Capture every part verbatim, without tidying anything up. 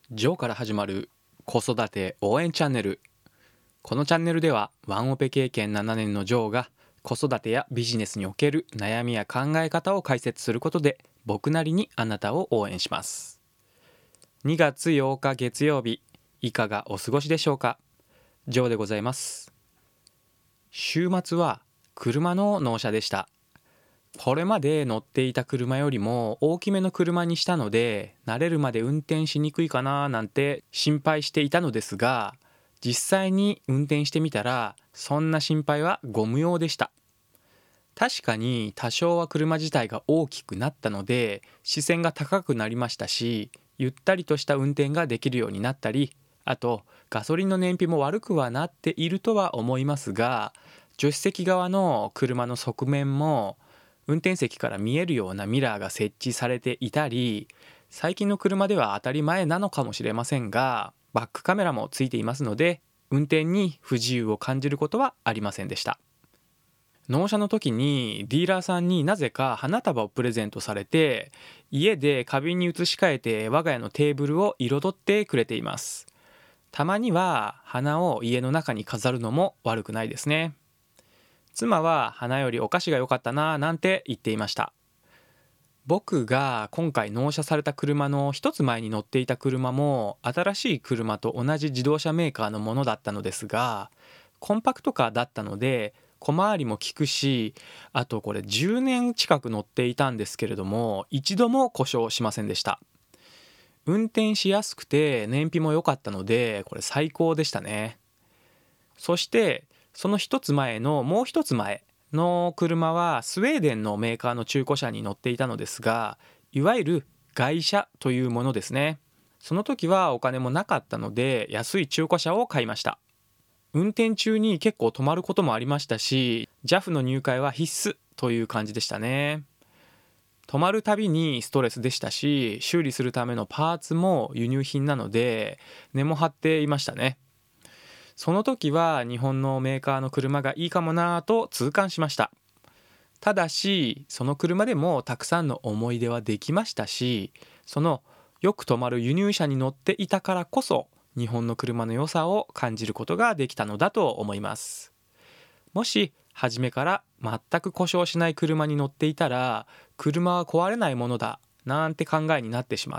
ジョーから始まる子育て応援チャンネル。このチャンネルではワンオペ経験ななねんのジョーが子育てやビジネスにおける悩みや考え方を解説することで僕なりにあなたを応援します。にがつようか月曜日、いかがお過ごしでしょうか。ジョーでございます。週末は車の納車でした。これまで乗っていた車よりも大きめの車にしたので、慣れるまで運転しにくいかななんて心配していたのですが、実際に運転してみたらそんな心配はご無用でした。確かに多少は車自体が大きくなったので視線が高くなりましたし、ゆったりとした運転ができるようになったり、あとガソリンの燃費も悪くはなっているとは思いますが、助手席側の車の側面も運転席から見えるようなミラーが設置されていたり、最近の車では当たり前なのかもしれませんが、バックカメラもついていますので、運転に不自由を感じることはありませんでした。納車の時にディーラーさんになぜか花束をプレゼントされて、家で花瓶に移し替えて我が家のテーブルを彩ってくれています。たまには花を家の中に飾るのも悪くないですね。妻は花よりお菓子が良かったななんて言っていました。僕が今回納車された車の一つ前に乗っていた車も新しい車と同じ自動車メーカーのものだったのですが、コンパクトカーだったので小回りも利くし、あとこれじゅうねん近く乗っていたんですけれども、一度も故障しませんでした。運転しやすくて燃費も良かったので、これ最高でしたね。そしてその一つ前のもう一つ前の車はスウェーデンのメーカーの中古車に乗っていたのですが、いわゆる外車というものですね。その時はお金もなかったので安い中古車を買いました。運転中に結構止まることもありましたし、 ジャフ の入会は必須という感じでしたね。止まるたびにストレスでしたし、修理するためのパーツも輸入品なので根も張っていましたね。その時は日本のメーカーの車がいいかもなぁと痛感しました。ただしその車でもたくさんの思い出はできましたし、そのよく止まる輸入車に乗っていたからこそ日本の車の良さを感じることができたのだと思います。もし初めから全く故障しない車に乗っていたら、車は壊れないものだなんて考えになってしまって、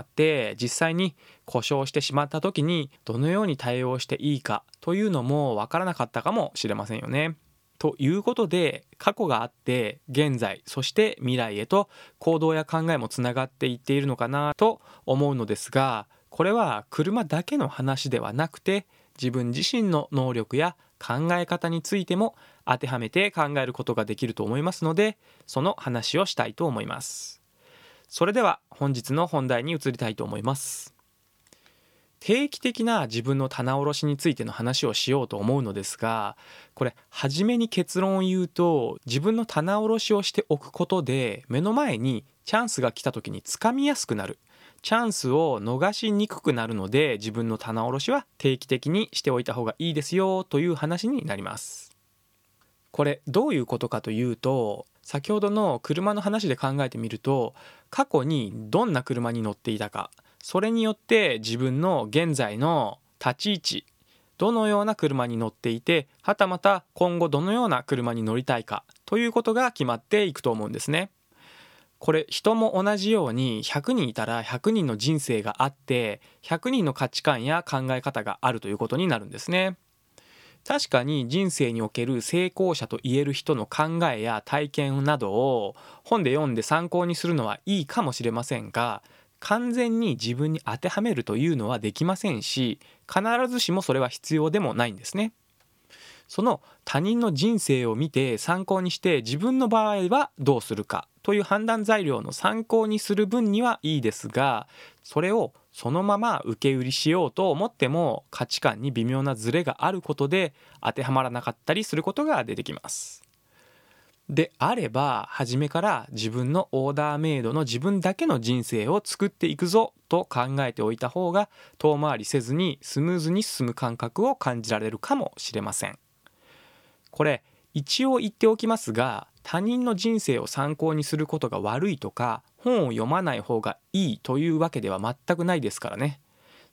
実際に故障してしまった時にどのように対応していいかというのもわからなかったかもしれませんよね。ということで、過去があって現在そして未来へと行動や考えもつながっていっているのかなと思うのですが、これは車だけの話ではなくて、自分自身の能力や考え方についても当てはめて考えることができると思いますので、その話をしたいと思います。それでは本日の本題に移りたいと思います。定期的な自分の棚卸しについての話をしようと思うのですが、これ初めに結論を言うと、自分の棚卸しをしておくことで目の前にチャンスが来た時につかみやすくなる、チャンスを逃しにくくなるので、自分の棚卸しは定期的にしておいた方がいいですよという話になります。これどういうことかというと、先ほどの車の話で考えてみると、過去にどんな車に乗っていたか、それによって自分の現在の立ち位置、どのような車に乗っていて、はたまた今後どのような車に乗りたいかということが決まっていくと思うんですね。これ人も同じようにひゃくにんいたらひゃくにんの人生があって、ひゃくにんの価値観や考え方があるということになるんですね。確かに人生における成功者と言える人の考えや体験などを本で読んで参考にするのはいいかもしれませんが、完全に自分に当てはめるというのはできませんし、必ずしもそれは必要でもないんですね。その他人の人生を見て参考にして自分の場合はどうするかという判断材料の参考にする分にはいいですが、それをそのまま受け売りしようと思っても価値観に微妙なズレがあることで当てはまらなかったりすることが出てきます。であれば初めから自分のオーダーメイドの自分だけの人生を作っていくぞと考えておいた方が、遠回りせずにスムーズに進む感覚を感じられるかもしれません。これ一応言っておきますが、他人の人生を参考にすることが悪いとか本を読まない方がいいというわけでは全くないですからね。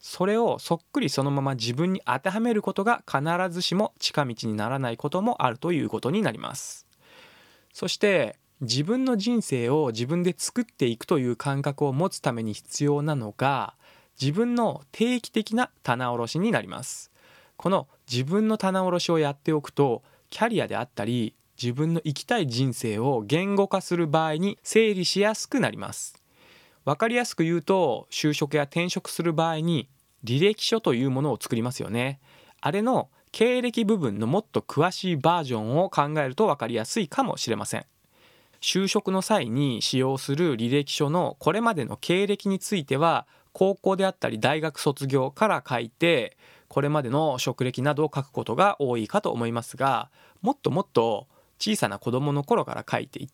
それをそっくりそのまま自分に当てはめることが必ずしも近道にならないこともあるということになります。そして自分の人生を自分で作っていくという感覚を持つために必要なのが、自分の定期的な棚卸しになります。この自分の棚卸しをやっておくと、キャリアであったり自分の生きたい人生を言語化する場合に整理しやすくなります。わかりやすく言うと、就職や転職する場合に履歴書というものを作りますよね。あれの経歴部分のもっと詳しいバージョンを考えるとわかりやすいかもしれません。就職の際に使用する履歴書のこれまでの経歴については、高校であったり大学卒業から書いて、これまでの職歴などを書くことが多いかと思いますが、もっともっと小さな子供の頃から書いていって、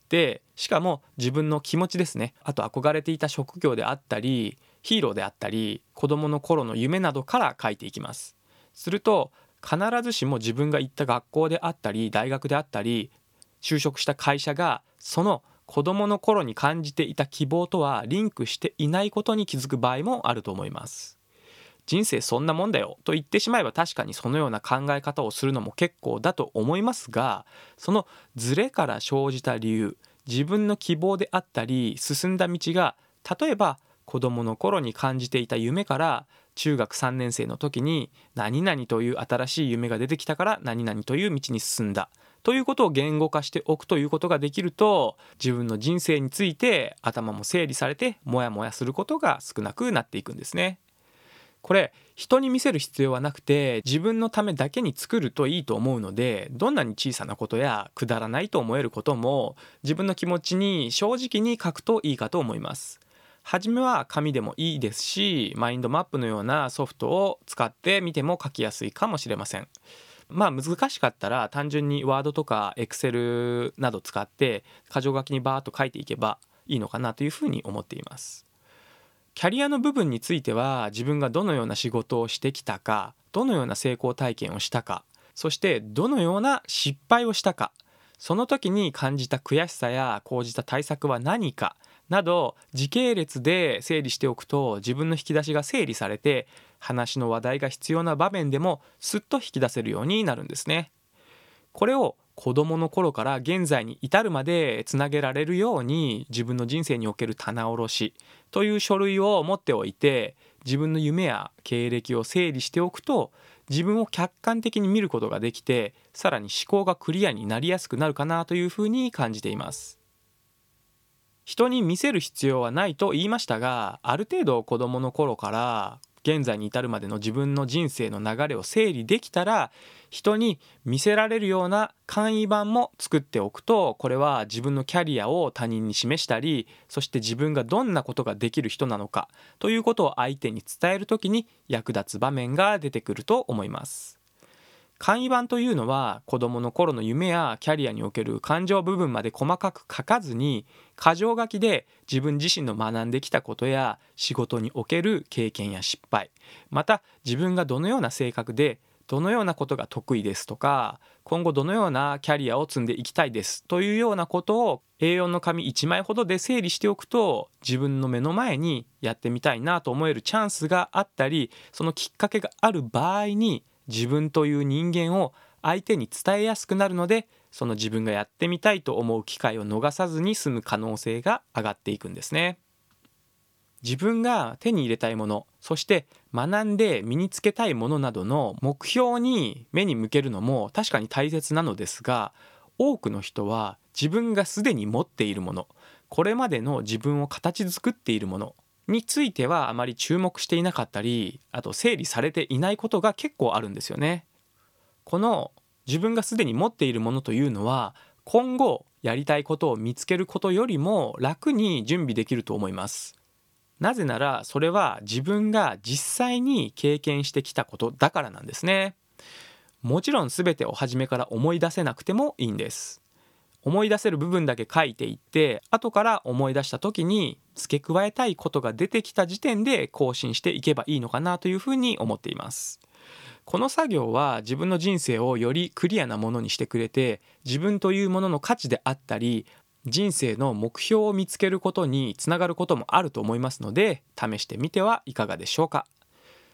しかも自分の気持ちですね、あと憧れていた職業であったりヒーローであったり子供の頃の夢などから書いていきます。すると必ずしも自分が行った学校であったり大学であったり就職した会社がその子供の頃に感じていた希望とはリンクしていないことに気づく場合もあると思います。人生そんなもんだよと言ってしまえば、確かにそのような考え方をするのも結構だと思いますが、そのズレから生じた理由、自分の希望であったり進んだ道が、例えば子供の頃に感じていた夢から中学さんねん生の時に何々という新しい夢が出てきたから何々という道に進んだということを言語化しておくということができると、自分の人生について頭も整理されてモヤモヤすることが少なくなっていくんですね。これ人に見せる必要はなくて、自分のためだけに作るといいと思うので、どんなに小さなことやくだらないと思えることも自分の気持ちに正直に書くといいかと思います。はじめは紙でもいいですし、マインドマップのようなソフトを使ってみても書きやすいかもしれません。まあ難しかったら単純にワードとかエクセルなど使って箇条書きにバーッと書いていけばいいのかなというふうに思っています。キャリアの部分については、自分がどのような仕事をしてきたか、どのような成功体験をしたか、そしてどのような失敗をしたか、その時に感じた悔しさや講じた対策は何かなど、時系列で整理しておくと自分の引き出しが整理されて、話の話題が必要な場面でもすっと引き出せるようになるんですね。これを子供の頃から現在に至るまでつなげられるように、自分の人生における棚卸しという書類を持っておいて、自分の夢や経歴を整理しておくと、自分を客観的に見ることができて、さらに思考がクリアになりやすくなるかなというふうに感じています。人に見せる必要はないと言いましたが、ある程度子供の頃から現在に至るまでの自分の人生の流れを整理できたら、人に見せられるような簡易版も作っておくと、これは自分のキャリアを他人に示したり、そして自分がどんなことができる人なのかということを相手に伝えるときに役立つ場面が出てくると思います。簡易版というのは、子どもの頃の夢やキャリアにおける感情部分まで細かく書かずに、箇条書きで自分自身の学んできたことや仕事における経験や失敗、また自分がどのような性格でどのようなことが得意ですとか、今後どのようなキャリアを積んでいきたいですというようなことを エーよん の紙いちまいほどで整理しておくと、自分の目の前にやってみたいなと思えるチャンスがあったり、そのきっかけがある場合に自分という人間を相手に伝えやすくなるので、その自分がやってみたいと思う機会を逃さずに済む可能性が上がっていくんですね。自分が手に入れたいもの、そして学んで身につけたいものなどの目標に目に向けるのも確かに大切なのですが、多くの人は自分がすでに持っているもの、これまでの自分を形作っているものについてはあまり注目していなかったり、あと整理されていないことが結構あるんですよね。この自分がすでに持っているものというのは、今後やりたいことを見つけることよりも楽に準備できると思います。なぜならそれは自分が実際に経験してきたことだからなんですね。もちろん全てを初めから思い出せなくてもいいんです。思い出せる部分だけ書いていって、後から思い出した時に付け加えたいことが出てきた時点で更新していけばいいのかなというふうに思っています。この作業は自分の人生をよりクリアなものにしてくれて、自分というものの価値であったり人生の目標を見つけることにつながることもあると思いますので、試してみてはいかがでしょうか。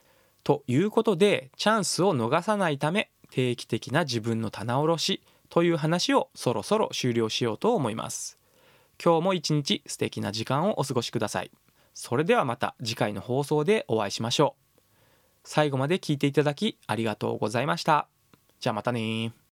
ということで、チャンスを逃さないため定期的な自分の棚卸しという話をそろそろ終了しようと思います。今日も一日素敵な時間をお過ごしください。それではまた次回の放送でお会いしましょう。最後まで聞いていただきありがとうございました。じゃあまたね。